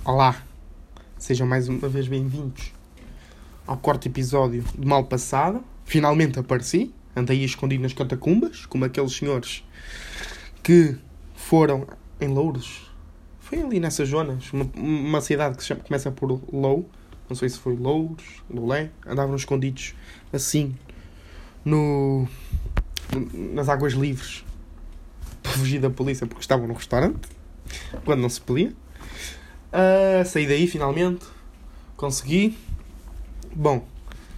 Olá, sejam mais uma vez bem-vindos ao quarto episódio de Mal Passado. Finalmente apareci, andei escondido nas catacumbas, como aqueles senhores que foram em Louros. Foi ali nessas zonas, uma cidade que começa por Lou, não sei se foi Louros, Loulé, andavam escondidos assim, nas águas livres, para fugir da polícia porque estavam no restaurante, quando não se podia. Saí daí finalmente, consegui. Bom,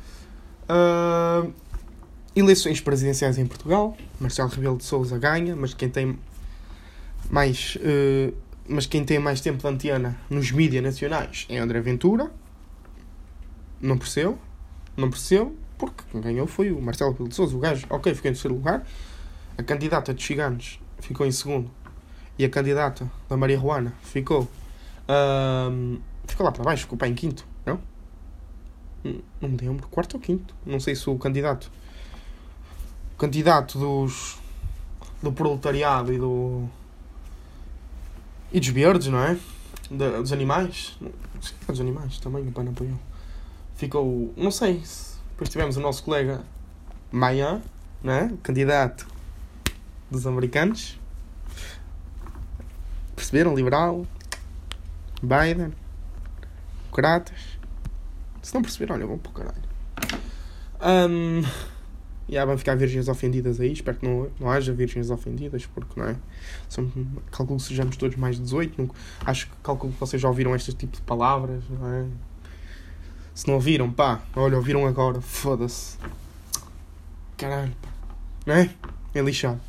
eleições presidenciais em Portugal, Marcelo Rebelo de Sousa ganha, mas quem tem mais tempo de antena nos mídias nacionais é André Ventura. Não percebo, porque quem ganhou foi o Marcelo Rebelo de Sousa. O gajo, ok, ficou em terceiro lugar. A candidata dos ciganos ficou em segundo. E a candidata da Maria Ruana ficou lá para baixo, ficou para em quinto, não? Não me lembro, quarto ou quinto. Não sei se o candidato do proletariado e dos verdes, não é? Dos animais. Dos animais também, o pai não apoiou. Ficou, não sei. Depois tivemos o nosso colega Maia, não é? O candidato dos americanos. Perceberam? Liberal. Biden. Democratas. Se não perceberam, olha, vão para o caralho. Vão ficar virgens ofendidas aí. Espero que não haja virgens ofendidas, porque não é? Calculo que sejamos todos mais de 18. Calculo que vocês já ouviram este tipo de palavras, não é? Se não ouviram, pá, olha, ouviram agora, foda-se. Caralho, pá. Não é? É lixado.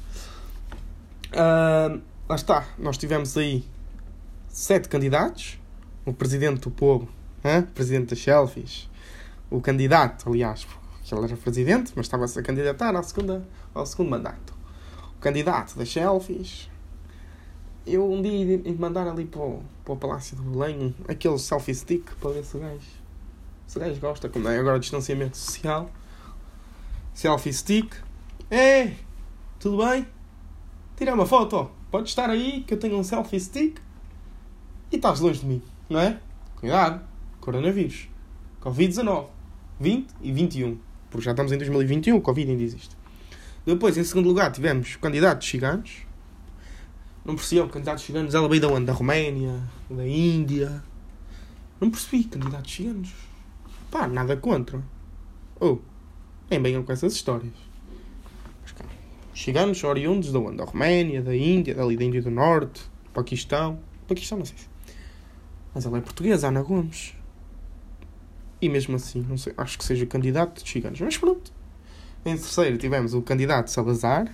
Lá está, nós tivemos aí 7 candidatos. O presidente do povo, presidente das selfies. O candidato, aliás, porque ele era presidente, mas estava-se a candidatar ao segundo mandato. O candidato das selfies. Eu um dia ia mandar ali para o Palácio de Belém aquele selfie stick para ver se o gajo gosta, como é agora o distanciamento social. Selfie stick. Tudo bem? Tira uma foto. Pode estar aí que eu tenho um selfie stick. E estás longe de mim, não é? Cuidado. Coronavírus. Covid-19. 20 e 21. Porque já estamos em 2021, o Covid ainda existe. Depois, em segundo lugar, tivemos o candidato de ciganos. Não percebi, o candidato de ciganos, ela veio da onde? Da Roménia, da Índia. Não percebi, candidato de ciganos. Pá, nada contra. Nem venham com essas histórias. Os ciganos são oriundos da onde? Da Roménia, da Índia, dali da Índia do Norte, do Paquistão. Paquistão, não sei. Mas ela é portuguesa, Ana Gomes. E mesmo assim, não sei, acho que seja candidato de ciganos. Mas pronto. Em terceiro tivemos o candidato Salazar.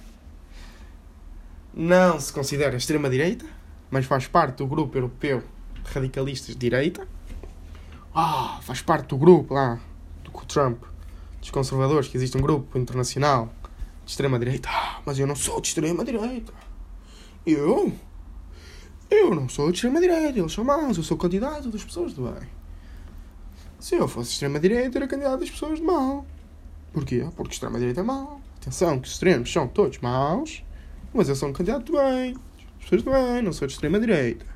Não se considera extrema-direita, mas faz parte do grupo europeu de radicalistas de direita. Faz parte do grupo lá, do Trump, dos conservadores, que existe um grupo internacional de extrema-direita. Mas eu não sou de extrema-direita. Eu não sou de extrema-direita, eles são maus, eu sou candidato das pessoas de bem. Se eu fosse extrema-direita, era candidato das pessoas de mal. Porquê? Porque extrema-direita é mau. Atenção, que os extremos são todos maus, mas eu sou um candidato de bem, das pessoas de bem, não sou de extrema-direita.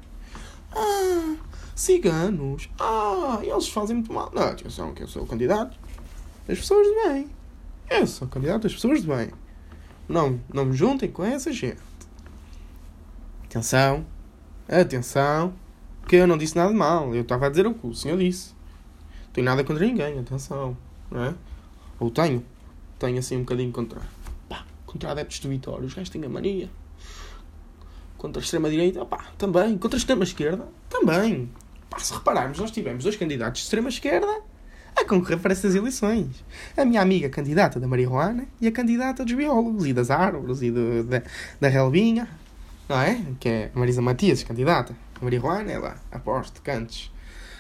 Ciganos, eles fazem muito mal. Não, atenção, que eu sou o candidato das pessoas de bem. Eu sou o candidato das pessoas de bem. Não me juntem com essa gente. Atenção, que eu não disse nada de mal. Eu estava a dizer o que o senhor disse. Não tenho nada contra ninguém, atenção, não é? Ou tenho assim um bocadinho contra adeptos do Vitória. Os gajos têm a mania. Contra a extrema-direita, também. Contra a extrema-esquerda, também. Se repararmos, nós tivemos 2 candidatos de extrema-esquerda a concorrer para estas eleições. A minha amiga candidata da Maria Ruana e a candidata dos biólogos e das árvores e da relvinha, não é? Que é a Marisa Matias, candidata. A Maria Ruana, ela aposto cantos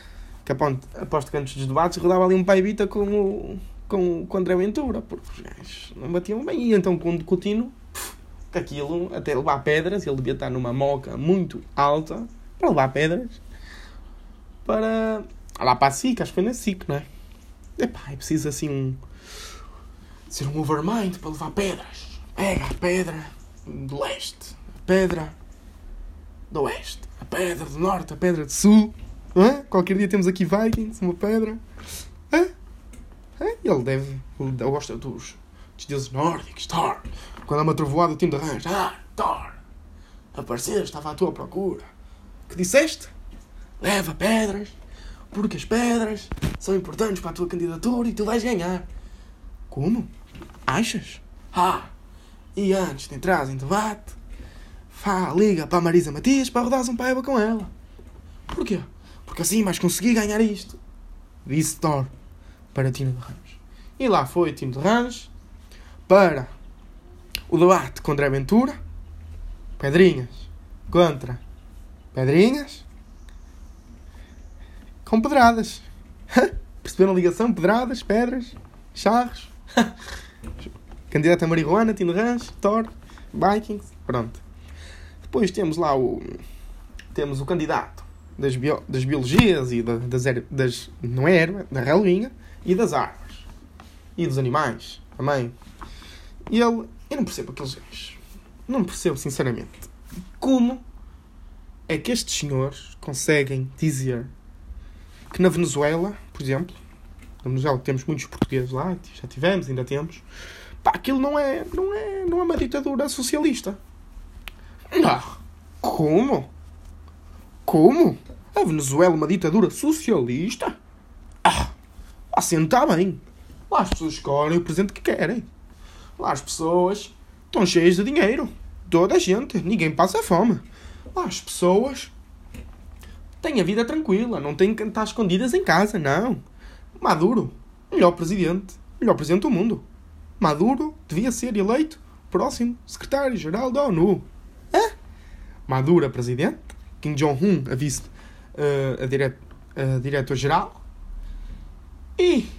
dos debates, rodava ali um pai-bita com André Ventura, porque os gajos não batiam bem. E então, com o Coutinho, aquilo, até levar pedras, ele devia estar numa moca muito alta para levar pedras para lá para a SIC, acho que foi na SIC, não é? É preciso assim ser um overmind para levar pedras. Pega a pedra do leste, a pedra do oeste, a pedra do norte, a pedra do sul, Qualquer dia temos aqui Vikings, uma pedra. Ele gosta dos deuses nórdicos. Thor. Quando há uma trovoada, o time de Rãs. Thor. Apareceste, estava à tua procura. Que disseste? Leva pedras, porque as pedras são importantes para a tua candidatura e tu vais ganhar. Como? Achas? E antes de entrar em debate, liga para a Marisa Matias para rodares um paiva com ela. Porquê? Porque assim vais conseguir ganhar isto. Disse Thor para Tino de Rãs. E lá foi Tino de Rãs para o debate com André Ventura. Pedrinhas contra pedrinhas com pedradas. Perceberam a ligação? Pedradas, pedras, charros. Candidato a marihuana, Tino de Rãs, Thor, Vikings. Pronto. Depois temos lá o candidato das biologias e das não é erva, da relvinha e das árvores. E dos animais também. E eu não percebo aqueles gajos. Não percebo, sinceramente, como é que estes senhores conseguem dizer que na Venezuela, por exemplo, na Venezuela temos muitos portugueses lá, já tivemos, ainda temos, aquilo não é uma ditadura socialista. Não. Como? A Venezuela é uma ditadura socialista? Assim está bem. Lá as pessoas escolhem o presidente que querem. Lá as pessoas estão cheias de dinheiro. Toda a gente. Ninguém passa fome. Lá as pessoas têm a vida tranquila. Não têm que estar escondidas em casa, não. Maduro, melhor presidente do mundo. Maduro devia ser eleito próximo secretário-geral da ONU. Maduro, presidente. Kim Jong-un, a diretor-geral. E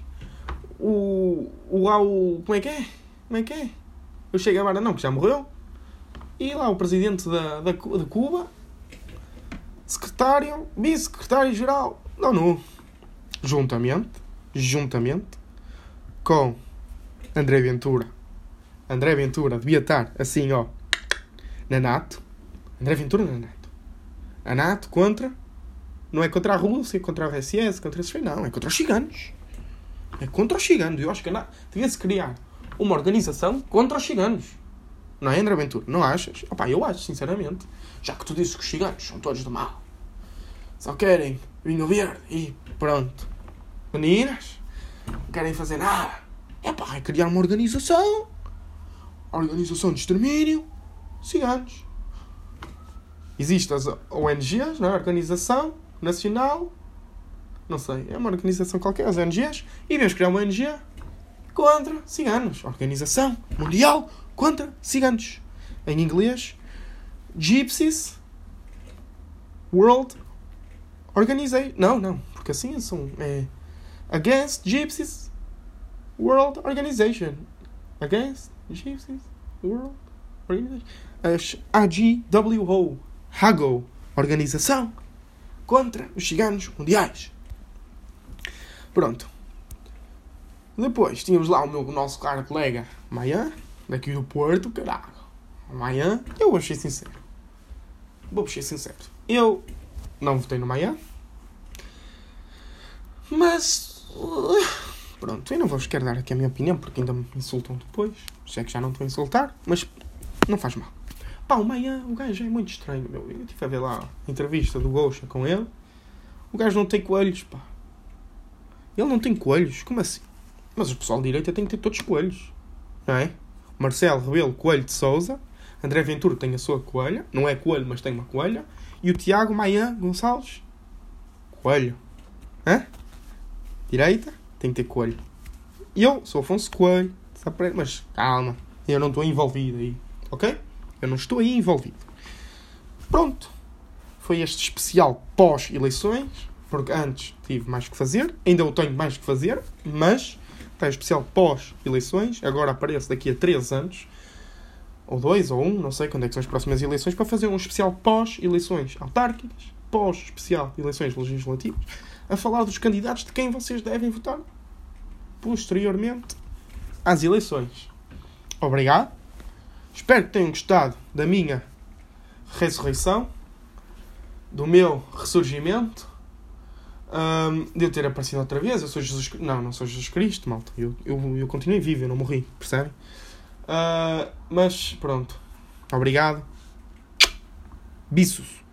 como é que é? O Che Guevara não, que já morreu. E lá o presidente de Cuba, vice-secretário-geral da ONU. Juntamente com André Ventura. André Ventura devia estar assim, na NATO. André Ventura na NATO. A NATO não é contra a Rússia, contra a RSS, contra esses... Não, é contra os ciganos. É contra os ciganos. Eu acho que a NATO devia-se criar uma organização contra os ciganos. Não é, André Ventura? Não achas? Eu acho, sinceramente. Já que tu dizes que os ciganos são todos do mal. Só querem vinho verde e pronto. Meninas, não querem fazer nada. É criar uma organização. Organização de extermínio. Ciganos. Existem as ONGs, não é? Organização Nacional. Não sei, é uma organização qualquer, as ONGs. E devemos criar uma ONG contra ciganos. Organização Mundial contra ciganos. Em inglês, Gypsies World Organization. Não, porque assim são. Against Gypsies World Organization. Against Gypsies World Organization. AGWO. Hago. Organização contra os ciganos mundiais. Pronto. Depois tínhamos lá o nosso caro colega Maia, daqui do Porto, caralho. Maia, eu vou ser sincero. Eu não votei no Maia. Mas pronto, eu não vos quero dar aqui a minha opinião, porque ainda me insultam depois. Sei que já não estou a insultar, mas não faz mal. O Maia, o gajo é muito estranho, meu. Eu estive a ver lá a entrevista do Gosha com ele. O gajo não tem coelhos, Ele não tem coelhos, como assim? Mas o pessoal de direita tem que ter todos coelhos, não é? Marcelo Rebelo Coelho de Sousa. André Ventura tem a sua coelha. Não é coelho, mas tem uma coelha. E o Tiago Maia Gonçalves, coelho. Direita, tem que ter coelho. E eu sou Afonso Coelho. Mas calma, eu não estou envolvido aí, ok? Eu não estou aí envolvido. Pronto. Foi este especial pós-eleições. Porque antes tive mais que fazer. Ainda eu tenho mais que fazer. Mas está o especial pós-eleições. Agora aparece daqui a 3 anos. Ou 2 ou 1. Não sei quando é que são as próximas eleições. Para fazer um especial pós-eleições autárquicas. Pós-especial eleições legislativas. A falar dos candidatos de quem vocês devem votar. Posteriormente às eleições. Obrigado. Espero que tenham gostado da minha ressurreição, do meu ressurgimento, De eu ter aparecido outra vez. Eu sou Jesus... Não sou Jesus Cristo, malta. Eu continuei vivo, eu não morri, percebem? Mas, pronto. Obrigado. Biços.